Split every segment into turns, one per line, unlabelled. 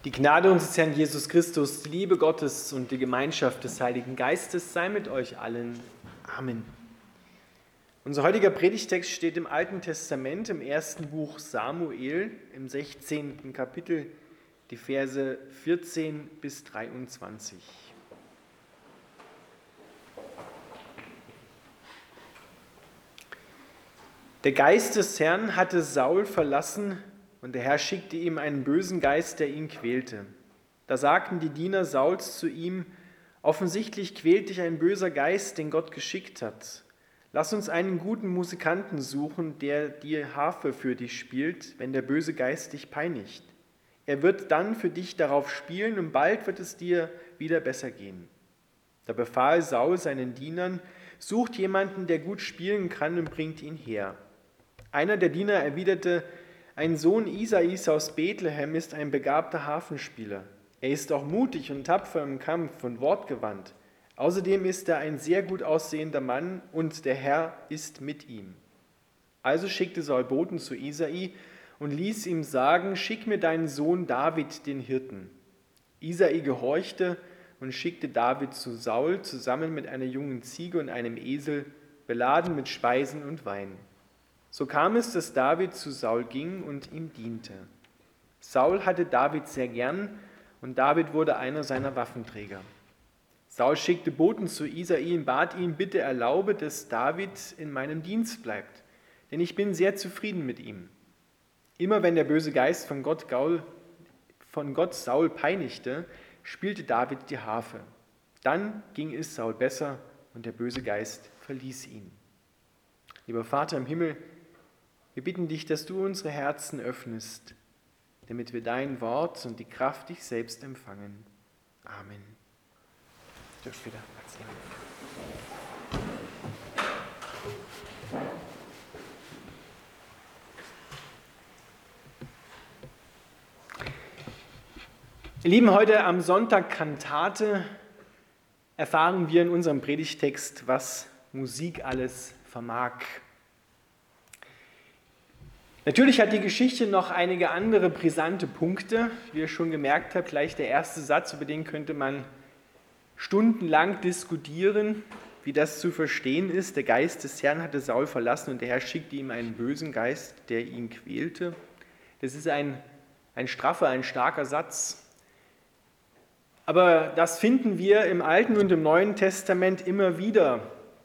Die Gnade unseres Herrn Jesus Christus, die Liebe Gottes und die Gemeinschaft des Heiligen Geistes sei mit euch allen. Amen. Unser heutiger Predigtext steht im Alten Testament, im ersten Buch Samuel, im 16. Kapitel, die Verse 14 bis 23. Der Geist des Herrn hatte Saul verlassen, und der Herr schickte ihm einen bösen Geist, der ihn quälte. Da sagten die Diener Sauls zu ihm: Offensichtlich quält dich ein böser Geist, den Gott geschickt hat. Lass uns einen guten Musikanten suchen, der die Harfe für dich spielt, wenn der böse Geist dich peinigt. Er wird dann für dich darauf spielen, und bald wird es dir wieder besser gehen. Da befahl Saul seinen Dienern: Sucht jemanden, der gut spielen kann, und bringt ihn her. Einer der Diener erwiderte: Ein Sohn Isais aus Bethlehem ist ein begabter Harfenspieler. Er ist auch mutig und tapfer im Kampf und wortgewandt. Außerdem ist er ein sehr gut aussehender Mann, und der Herr ist mit ihm. Also schickte Saul Boten zu Isai und ließ ihm sagen: Schick mir deinen Sohn David, den Hirten. Isai gehorchte und schickte David zu Saul zusammen mit einer jungen Ziege und einem Esel, beladen mit Speisen und Wein. So kam es, dass David zu Saul ging und ihm diente. Saul hatte David sehr gern, und David wurde einer seiner Waffenträger. Saul schickte Boten zu Isai und bat ihn: Bitte erlaube, dass David in meinem Dienst bleibt, denn ich bin sehr zufrieden mit ihm. Immer wenn der böse Geist von Gott Saul peinigte, spielte David die Harfe. Dann ging es Saul besser, und der böse Geist verließ ihn. Lieber Vater im Himmel, wir bitten dich, dass du unsere Herzen öffnest, damit wir dein Wort und die Kraft dich selbst empfangen. Amen. Du darfst wieder Platz nehmen. Ihr Lieben, heute am Sonntag Kantate erfahren wir in unserem Predigtext, was Musik alles vermag. Natürlich hat die Geschichte noch einige andere brisante Punkte. Wie ihr schon gemerkt habt, gleich der erste Satz, über den könnte man stundenlang diskutieren, wie das zu verstehen ist. Der Geist des Herrn hatte Saul verlassen, und der Herr schickte ihm einen bösen Geist, der ihn quälte. Das ist ein straffer, ein starker Satz. Aber das finden wir im Alten und im Neuen Testament immer wieder.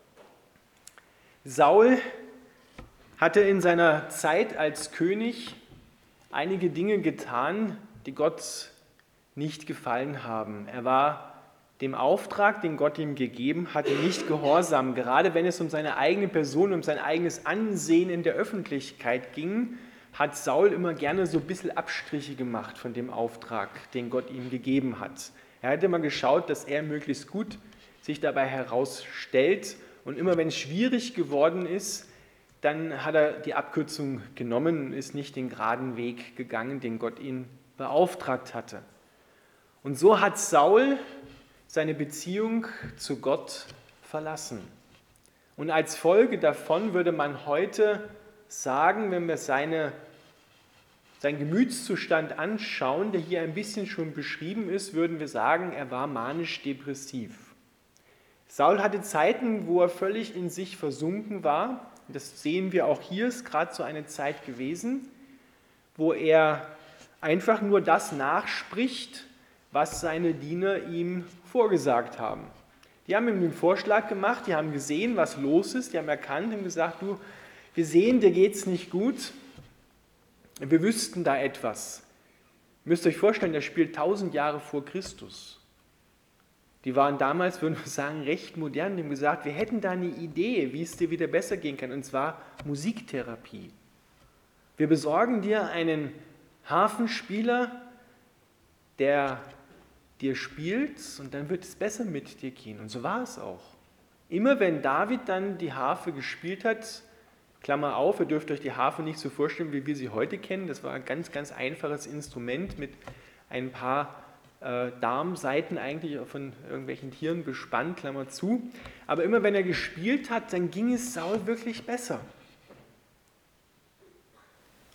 Saul hatte in seiner Zeit als König einige Dinge getan, die Gott nicht gefallen haben. Er war dem Auftrag, den Gott ihm gegeben hatte, nicht gehorsam. Gerade wenn es um seine eigene Person, um sein eigenes Ansehen in der Öffentlichkeit ging, hat Saul immer gerne so ein bisschen Abstriche gemacht von dem Auftrag, den Gott ihm gegeben hat. Er hat immer geschaut, dass er möglichst gut sich dabei herausstellt, und immer wenn es schwierig geworden ist, dann hat er die Abkürzung genommen und ist nicht den geraden Weg gegangen, den Gott ihn beauftragt hatte. Und so hat Saul seine Beziehung zu Gott verlassen. Und als Folge davon würde man heute sagen, wenn wir seinen Gemütszustand anschauen, der hier ein bisschen schon beschrieben ist, würden wir sagen, er war manisch-depressiv. Saul hatte Zeiten, wo er völlig in sich versunken war. Das sehen wir auch hier, ist gerade so eine Zeit gewesen, wo er einfach nur das nachspricht, was seine Diener ihm vorgesagt haben. Die haben ihm den Vorschlag gemacht, die haben gesehen, was los ist, die haben erkannt und gesagt: Du, wir sehen, dir geht es nicht gut, wir wüssten da etwas. Ihr müsst euch vorstellen, der spielt 1000 Jahre vor Christus. Die waren damals, würden wir sagen, recht modern. Die haben gesagt, wir hätten da eine Idee, wie es dir wieder besser gehen kann, und zwar Musiktherapie. Wir besorgen dir einen Harfenspieler, der dir spielt, und dann wird es besser mit dir gehen. Und so war es auch. Immer wenn David dann die Harfe gespielt hat, Klammer auf, ihr dürft euch die Harfe nicht so vorstellen, wie wir sie heute kennen. Das war ein ganz, ganz einfaches Instrument mit ein paar Darmseiten eigentlich von irgendwelchen Tieren bespannt, Klammer zu. Aber immer wenn er gespielt hat, dann ging es Saul wirklich besser.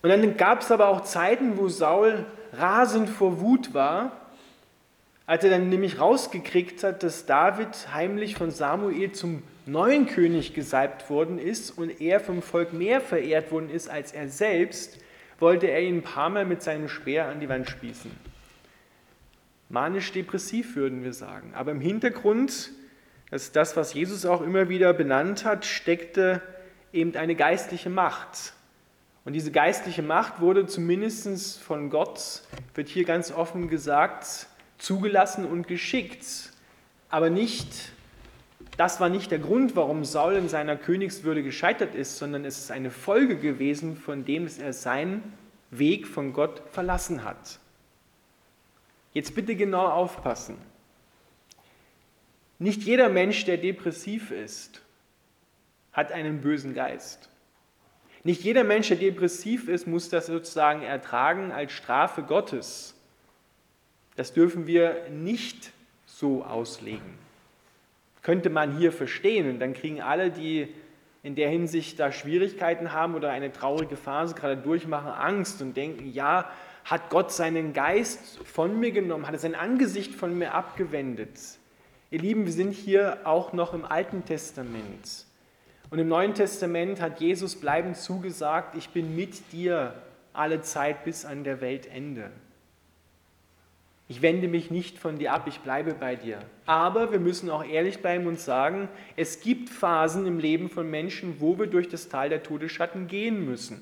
Und dann gab es aber auch Zeiten, wo Saul rasend vor Wut war, als er dann nämlich rausgekriegt hat, dass David heimlich von Samuel zum neuen König gesalbt worden ist und er vom Volk mehr verehrt worden ist als er selbst, wollte er ihn ein paar Mal mit seinem Speer an die Wand spießen. Manisch-depressiv würden wir sagen. Aber im Hintergrund, das ist das, was Jesus auch immer wieder benannt hat, steckte eben eine geistliche Macht. Und diese geistliche Macht wurde zumindest von Gott, wird hier ganz offen gesagt, zugelassen und geschickt. Aber das war nicht der Grund, warum Saul in seiner Königswürde gescheitert ist, sondern es ist eine Folge gewesen, von dem dass er seinen Weg von Gott verlassen hat. Jetzt bitte genau aufpassen. Nicht jeder Mensch, der depressiv ist, hat einen bösen Geist. Nicht jeder Mensch, der depressiv ist, muss das sozusagen ertragen als Strafe Gottes. Das dürfen wir nicht so auslegen. Könnte man hier verstehen und dann kriegen alle, die in der Hinsicht da Schwierigkeiten haben oder eine traurige Phase gerade durchmachen, Angst und denken, ja, hat Gott seinen Geist von mir genommen, hat er sein Angesicht von mir abgewendet. Ihr Lieben, wir sind hier auch noch im Alten Testament. Und im Neuen Testament hat Jesus bleibend zugesagt, ich bin mit dir alle Zeit bis an der Weltende. Ich wende mich nicht von dir ab, ich bleibe bei dir. Aber wir müssen auch ehrlich bleiben und sagen, es gibt Phasen im Leben von Menschen, wo wir durch das Tal der Todesschatten gehen müssen.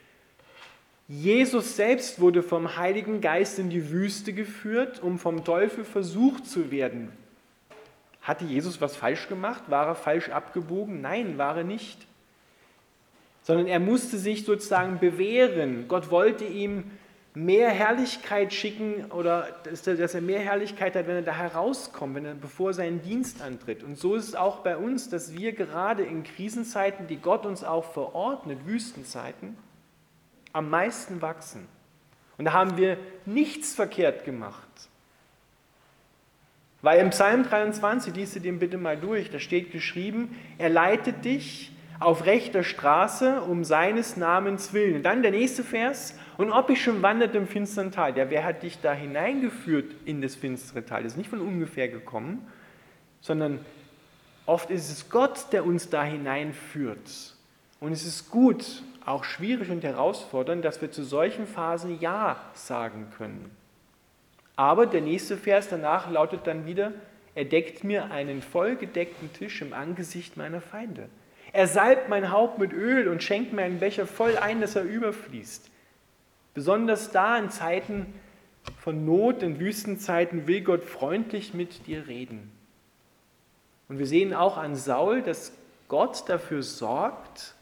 Jesus selbst wurde vom Heiligen Geist in die Wüste geführt, um vom Teufel versucht zu werden. Hatte Jesus was falsch gemacht? War er falsch abgebogen? Nein, war er nicht. Sondern er musste sich sozusagen bewähren. Gott wollte ihm mehr Herrlichkeit schicken oder dass er mehr Herrlichkeit hat, wenn er da herauskommt, bevor er seinen Dienst antritt. Und so ist es auch bei uns, dass wir gerade in Krisenzeiten, die Gott uns auch verordnet, Wüstenzeiten, am meisten wachsen. Und da haben wir nichts verkehrt gemacht. Weil im Psalm 23, liest ihr den bitte mal durch, da steht geschrieben, er leitet dich auf rechter Straße um seines Namens willen. Und dann der nächste Vers, und ob ich schon wanderte im finsteren Tal, ja, wer hat dich da hineingeführt in das finstere Tal? Das ist nicht von ungefähr gekommen, sondern oft ist es Gott, der uns da hineinführt. Und es ist gut, auch schwierig und herausfordernd, dass wir zu solchen Phasen Ja sagen können. Aber der nächste Vers danach lautet dann wieder, er deckt mir einen vollgedeckten Tisch im Angesicht meiner Feinde. Er salbt mein Haupt mit Öl und schenkt mir einen Becher voll ein, dass er überfließt. Besonders da in Zeiten von Not, in Wüstenzeiten, will Gott freundlich mit dir reden. Und wir sehen auch an Saul, dass Gott dafür sorgt,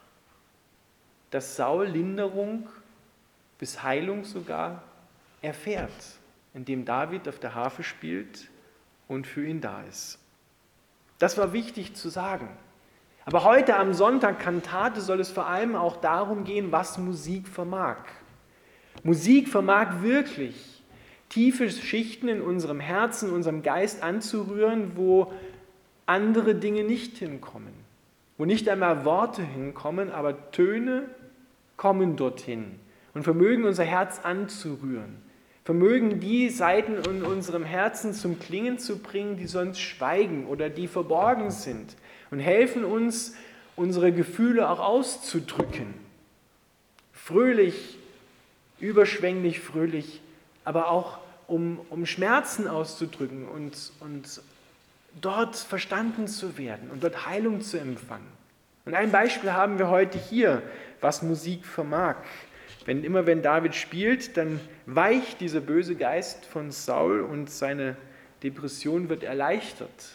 dass Saul Linderung bis Heilung sogar erfährt, indem David auf der Harfe spielt und für ihn da ist. Das war wichtig zu sagen. Aber heute am Sonntag Kantate soll es vor allem auch darum gehen, was Musik vermag. Musik vermag wirklich, tiefe Schichten in unserem Herzen, in unserem Geist anzurühren, wo andere Dinge nicht hinkommen. Wo nicht einmal Worte hinkommen, aber Töne kommen dorthin und vermögen unser Herz anzurühren. Vermögen die Seiten in unserem Herzen zum Klingen zu bringen, die sonst schweigen oder die verborgen sind und helfen uns, unsere Gefühle auch auszudrücken. Fröhlich, überschwänglich fröhlich, aber auch um Schmerzen auszudrücken und dort verstanden zu werden und dort Heilung zu empfangen. Und ein Beispiel haben wir heute hier, was Musik vermag. Wenn David spielt, dann weicht dieser böse Geist von Saul und seine Depression wird erleichtert.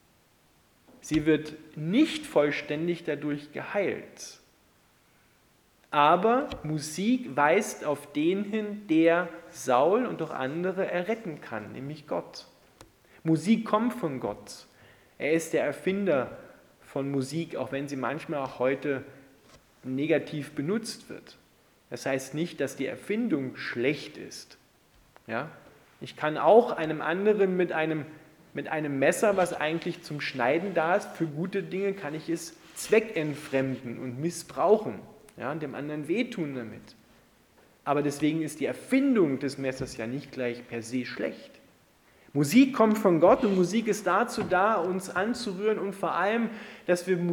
Sie wird nicht vollständig dadurch geheilt. Aber Musik weist auf den hin, der Saul und auch andere erretten kann, nämlich Gott. Musik kommt von Gott. Er ist der Erfinder von Musik, auch wenn sie manchmal auch heute negativ benutzt wird. Das heißt nicht, dass die Erfindung schlecht ist. Ja? Ich kann auch einem anderen mit einem Messer, was eigentlich zum Schneiden da ist, für gute Dinge kann ich es zweckentfremden und missbrauchen, ja, und dem anderen wehtun damit. Aber deswegen ist die Erfindung des Messers ja nicht gleich per se schlecht. Musik kommt von Gott und Musik ist dazu da, uns anzurühren und vor allem, dass wir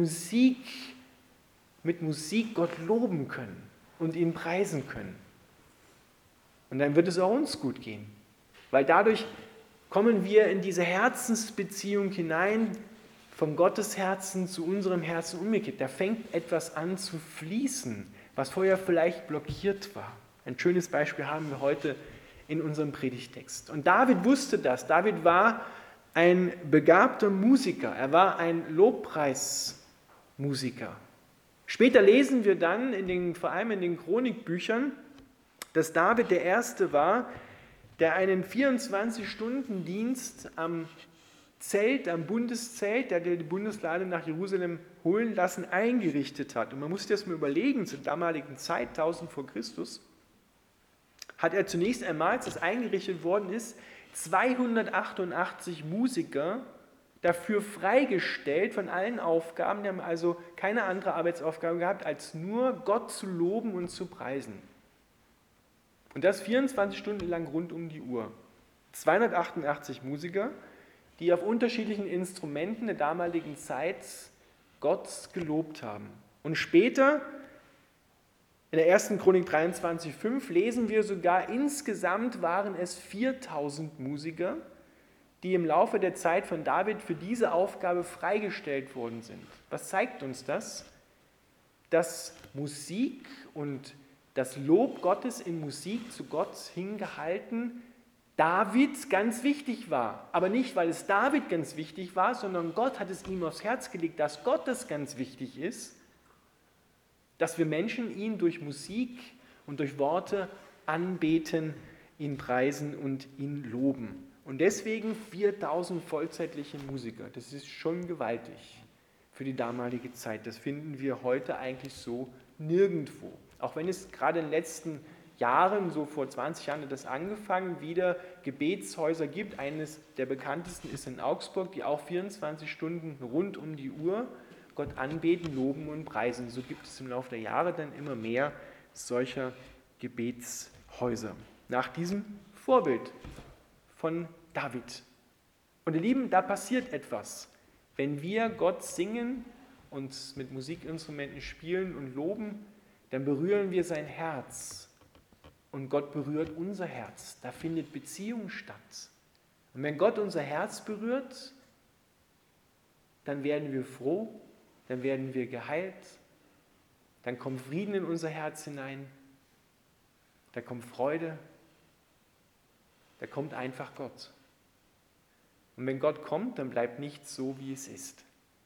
mit Musik Gott loben können und ihn preisen können. Und dann wird es auch uns gut gehen, weil dadurch kommen wir in diese Herzensbeziehung hinein, vom Gottesherzen zu unserem Herzen umgekehrt. Da fängt etwas an zu fließen, was vorher vielleicht blockiert war. Ein schönes Beispiel haben wir heute in unserem Predigtext. Und David wusste das. David war ein begabter Musiker. Er war ein Lobpreismusiker. Später lesen wir dann, vor allem in den Chronikbüchern, dass David der Erste war, der einen 24-Stunden-Dienst am Bundeszelt, der die Bundeslade nach Jerusalem holen lassen, eingerichtet hat. Und man muss sich das mal überlegen, zur damaligen Zeit, 1000 vor Christus, hat er zunächst einmal, als das eingerichtet worden ist, 288 Musiker dafür freigestellt von allen Aufgaben. Die haben also keine andere Arbeitsaufgabe gehabt, als nur Gott zu loben und zu preisen. Und das 24 Stunden lang rund um die Uhr. 288 Musiker, die auf unterschiedlichen Instrumenten der damaligen Zeit Gott gelobt haben. Und später, in der 1. Chronik 23,5 lesen wir sogar, insgesamt waren es 4000 Musiker, die im Laufe der Zeit von David für diese Aufgabe freigestellt worden sind. Was zeigt uns das? Dass Musik und das Lob Gottes in Musik zu Gott hingehalten David ganz wichtig war. Aber nicht, weil es David ganz wichtig war, sondern Gott hat es ihm aufs Herz gelegt, dass Gott es ganz wichtig ist, dass wir Menschen ihn durch Musik und durch Worte anbeten, ihn preisen und ihn loben. Und deswegen 4000 vollzeitliche Musiker. Das ist schon gewaltig für die damalige Zeit. Das finden wir heute eigentlich so nirgendwo. Auch wenn es gerade in den letzten Jahren, so vor 20 Jahren hat das angefangen, wieder Gebetshäuser gibt. Eines der bekanntesten ist in Augsburg, die auch 24 Stunden rund um die Uhr Gott anbeten, loben und preisen. So gibt es im Laufe der Jahre dann immer mehr solcher Gebetshäuser. Nach diesem Vorbild von David. Und ihr Lieben, da passiert etwas. Wenn wir Gott singen und mit Musikinstrumenten spielen und loben, dann berühren wir sein Herz. Und Gott berührt unser Herz. Da findet Beziehung statt. Und wenn Gott unser Herz berührt, dann werden wir froh, dann werden wir geheilt, dann kommt Frieden in unser Herz hinein, da kommt Freude, da kommt einfach Gott. Und wenn Gott kommt, dann bleibt nichts so, wie es ist.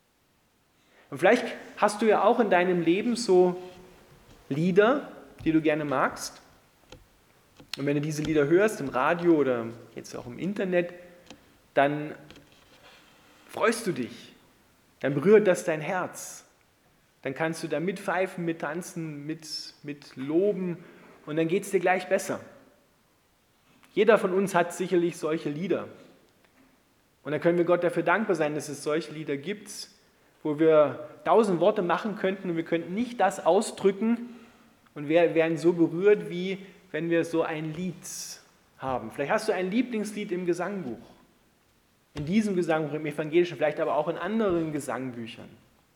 Und vielleicht hast du ja auch in deinem Leben so Lieder, die du gerne magst. Und wenn du diese Lieder hörst im Radio oder jetzt auch im Internet, dann freust du dich. Dann berührt das dein Herz. Dann kannst du da mitpfeifen, mittanzen, mit loben und dann geht es dir gleich besser. Jeder von uns hat sicherlich solche Lieder. Und da können wir Gott dafür dankbar sein, dass es solche Lieder gibt, wo wir 1000 Worte machen könnten und wir könnten nicht das ausdrücken und wir wären so berührt, wie wenn wir so ein Lied haben. Vielleicht hast du ein Lieblingslied im Gesangbuch. In diesem Gesangbuch, im Evangelischen, vielleicht aber auch in anderen Gesangbüchern.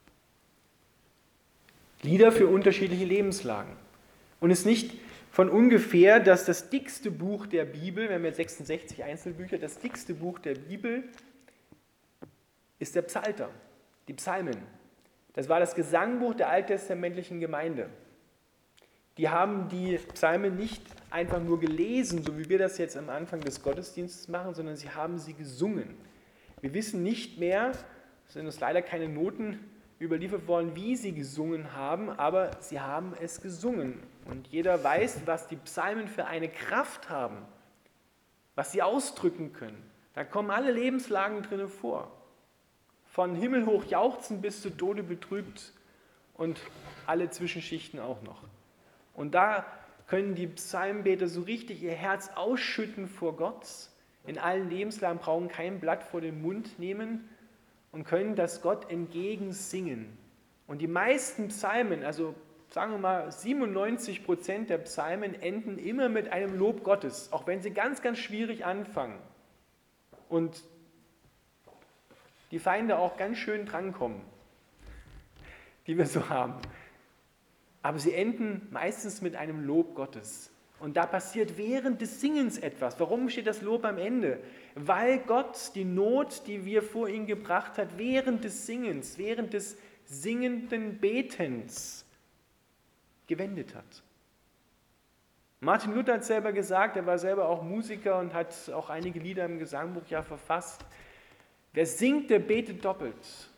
Lieder für unterschiedliche Lebenslagen. Und es ist nicht von ungefähr, dass das dickste Buch der Bibel, wir haben ja 66 Einzelbücher, das dickste Buch der Bibel ist der Psalter, die Psalmen. Das war das Gesangbuch der alttestamentlichen Gemeinde. Die haben die Psalmen nicht einfach nur gelesen, so wie wir das jetzt am Anfang des Gottesdienstes machen, sondern sie haben sie gesungen. Wir wissen nicht mehr, es sind uns leider keine Noten überliefert worden, wie sie gesungen haben, aber sie haben es gesungen. Und jeder weiß, was die Psalmen für eine Kraft haben, was sie ausdrücken können. Da kommen alle Lebenslagen drin vor. Von himmelhoch jauchzen bis zu Tode betrübt und alle Zwischenschichten auch noch. Und da können die Psalmbeter so richtig ihr Herz ausschütten vor Gott. In allen Lebenslagen brauchen kein Blatt vor den Mund nehmen und können das Gott entgegensingen. Und die meisten Psalmen, also sagen wir mal, 97% der Psalmen enden immer mit einem Lob Gottes, auch wenn sie ganz, ganz schwierig anfangen und die Feinde auch ganz schön drankommen, die wir so haben. Aber sie enden meistens mit einem Lob Gottes. Und da passiert während des Singens etwas. Warum steht das Lob am Ende? Weil Gott die Not, die wir vor ihn gebracht hat, während des Singens, während des singenden Betens gewendet hat. Martin Luther hat selber gesagt, er war selber auch Musiker und hat auch einige Lieder im Gesangbuch ja verfasst. Wer singt, der betet doppelt.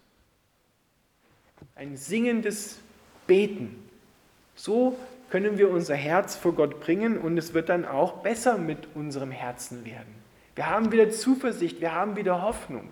Ein singendes Beten. So können wir unser Herz vor Gott bringen und es wird dann auch besser mit unserem Herzen werden. Wir haben wieder Zuversicht, wir haben wieder Hoffnung.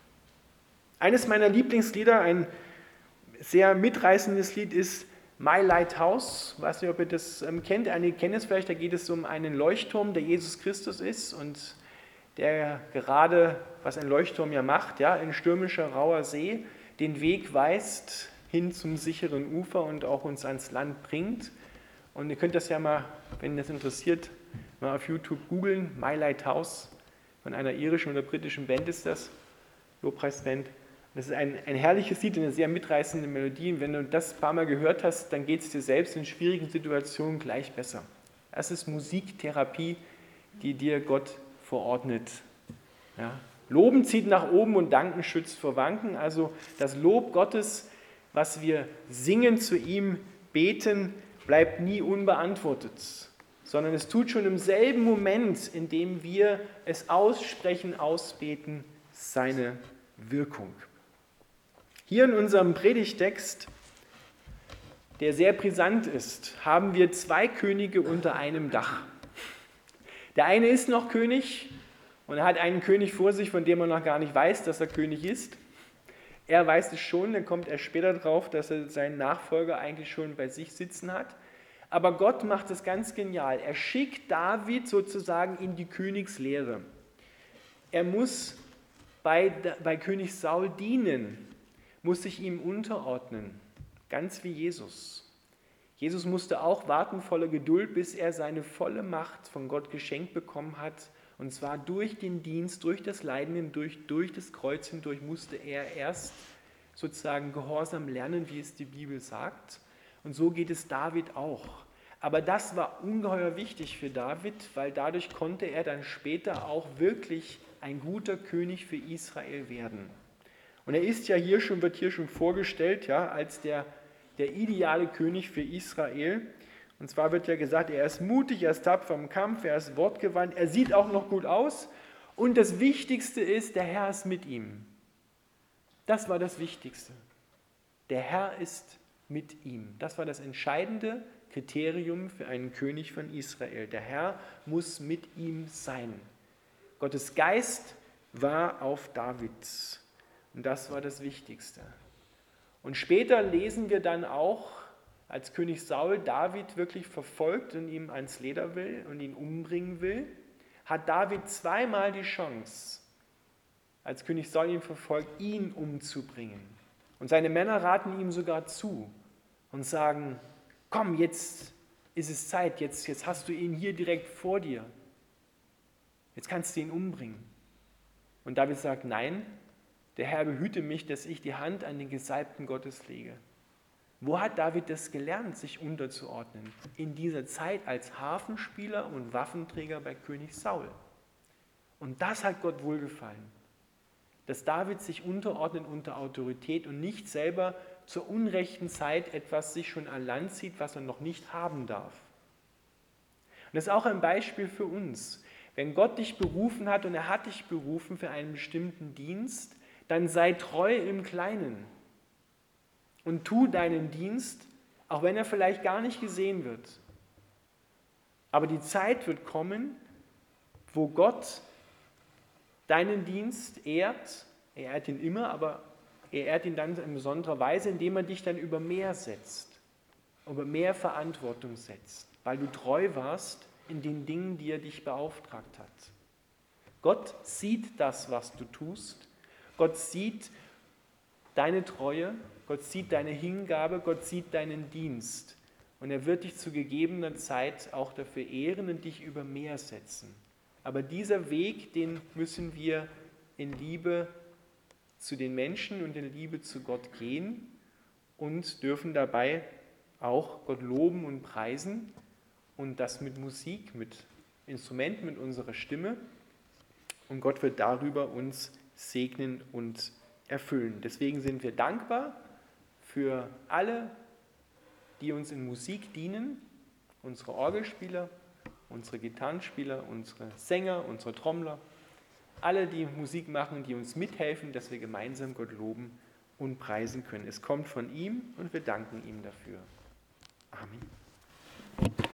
Eines meiner Lieblingslieder, ein sehr mitreißendes Lied ist My Lighthouse. Ich weiß nicht, ob ihr das kennt. Einige kennen es vielleicht. Da geht es um einen Leuchtturm, der Jesus Christus ist und der gerade, was ein Leuchtturm ja macht, ja, in stürmischer, rauer See, den Weg weist hin zum sicheren Ufer und auch uns ans Land bringt. Und ihr könnt das ja mal, wenn das interessiert, mal auf YouTube googeln. My Lighthouse, von einer irischen oder britischen Band ist das, Lobpreisband. Das ist ein herrliches Lied, eine sehr mitreißende Melodie. Und wenn du das ein paar Mal gehört hast, dann geht es dir selbst in schwierigen Situationen gleich besser. Das ist Musiktherapie, die dir Gott verordnet. Ja. Loben zieht nach oben und Danken schützt vor Wanken. Also das Lob Gottes, was wir singen zu ihm, beten, bleibt nie unbeantwortet, sondern es tut schon im selben Moment, in dem wir es aussprechen, ausbeten, seine Wirkung. Hier in unserem Predigtext, der sehr brisant ist, haben wir zwei Könige unter einem Dach. Der eine ist noch König und er hat einen König vor sich, von dem er noch gar nicht weiß, dass er König ist. Er weiß es schon, dann kommt er später drauf, dass er seinen Nachfolger eigentlich schon bei sich sitzen hat. Aber Gott macht es ganz genial. Er schickt David sozusagen in die Königslehre. Er muss bei König Saul dienen, muss sich ihm unterordnen, ganz wie Jesus. Jesus musste auch warten voller Geduld, bis er seine volle Macht von Gott geschenkt bekommen hat. Und zwar durch den Dienst, durch das Leiden hindurch, durch das Kreuz hindurch musste er erst sozusagen Gehorsam lernen, wie es die Bibel sagt. Und so geht es David auch. Aber das war ungeheuer wichtig für David, weil dadurch konnte er dann später auch wirklich ein guter König für Israel werden. Und er ist ja wird hier schon vorgestellt, ja, als der ideale König für Israel. Und zwar wird ja gesagt, er ist mutig, er ist tapfer im Kampf, er ist wortgewandt, er sieht auch noch gut aus. Und das Wichtigste ist, der Herr ist mit ihm. Das war das Wichtigste. Der Herr ist mit ihm. Das war das entscheidende Kriterium für einen König von Israel. Der Herr muss mit ihm sein. Gottes Geist war auf David. Und das war das Wichtigste. Und später lesen wir dann auch, als König Saul David wirklich verfolgt und ihm ans Leder will und ihn umbringen will, hat David zweimal die Chance, als König Saul ihn verfolgt, ihn umzubringen. Und seine Männer raten ihm sogar zu und sagen, komm, jetzt ist es Zeit, jetzt hast du ihn hier direkt vor dir. Jetzt kannst du ihn umbringen. Und David sagt, nein, der Herr behüte mich, dass ich die Hand an den Gesalbten Gottes lege. Wo hat David das gelernt, sich unterzuordnen? In dieser Zeit als Harfenspieler und Waffenträger bei König Saul. Und das hat Gott wohlgefallen, dass David sich unterordnet unter Autorität und nicht selber zur unrechten Zeit etwas sich schon an Land zieht, was er noch nicht haben darf. Und das ist auch ein Beispiel für uns. Wenn Gott dich berufen hat und er hat dich berufen für einen bestimmten Dienst, dann sei treu im Kleinen und tu deinen Dienst, auch wenn er vielleicht gar nicht gesehen wird. Aber die Zeit wird kommen, wo Gott deinen Dienst ehrt. Er ehrt ihn immer, aber er ehrt ihn dann in besonderer Weise, indem er dich dann über mehr setzt, über mehr Verantwortung setzt, weil du treu warst in den Dingen, die er dich beauftragt hat. Gott sieht das, was du tust. Gott sieht deine Treue, Gott sieht deine Hingabe, Gott sieht deinen Dienst. Und er wird dich zu gegebener Zeit auch dafür ehren und dich über Meer setzen. Aber dieser Weg, den müssen wir in Liebe zu den Menschen und in Liebe zu Gott gehen und dürfen dabei auch Gott loben und preisen und das mit Musik, mit Instrumenten, mit unserer Stimme. Und Gott wird darüber uns segnen und erfüllen. Deswegen sind wir dankbar für alle, die uns in Musik dienen, unsere Orgelspieler, unsere Gitarrenspieler, unsere Sänger, unsere Trommler, alle, die Musik machen, die uns mithelfen, dass wir gemeinsam Gott loben und preisen können. Es kommt von ihm und wir danken ihm dafür. Amen.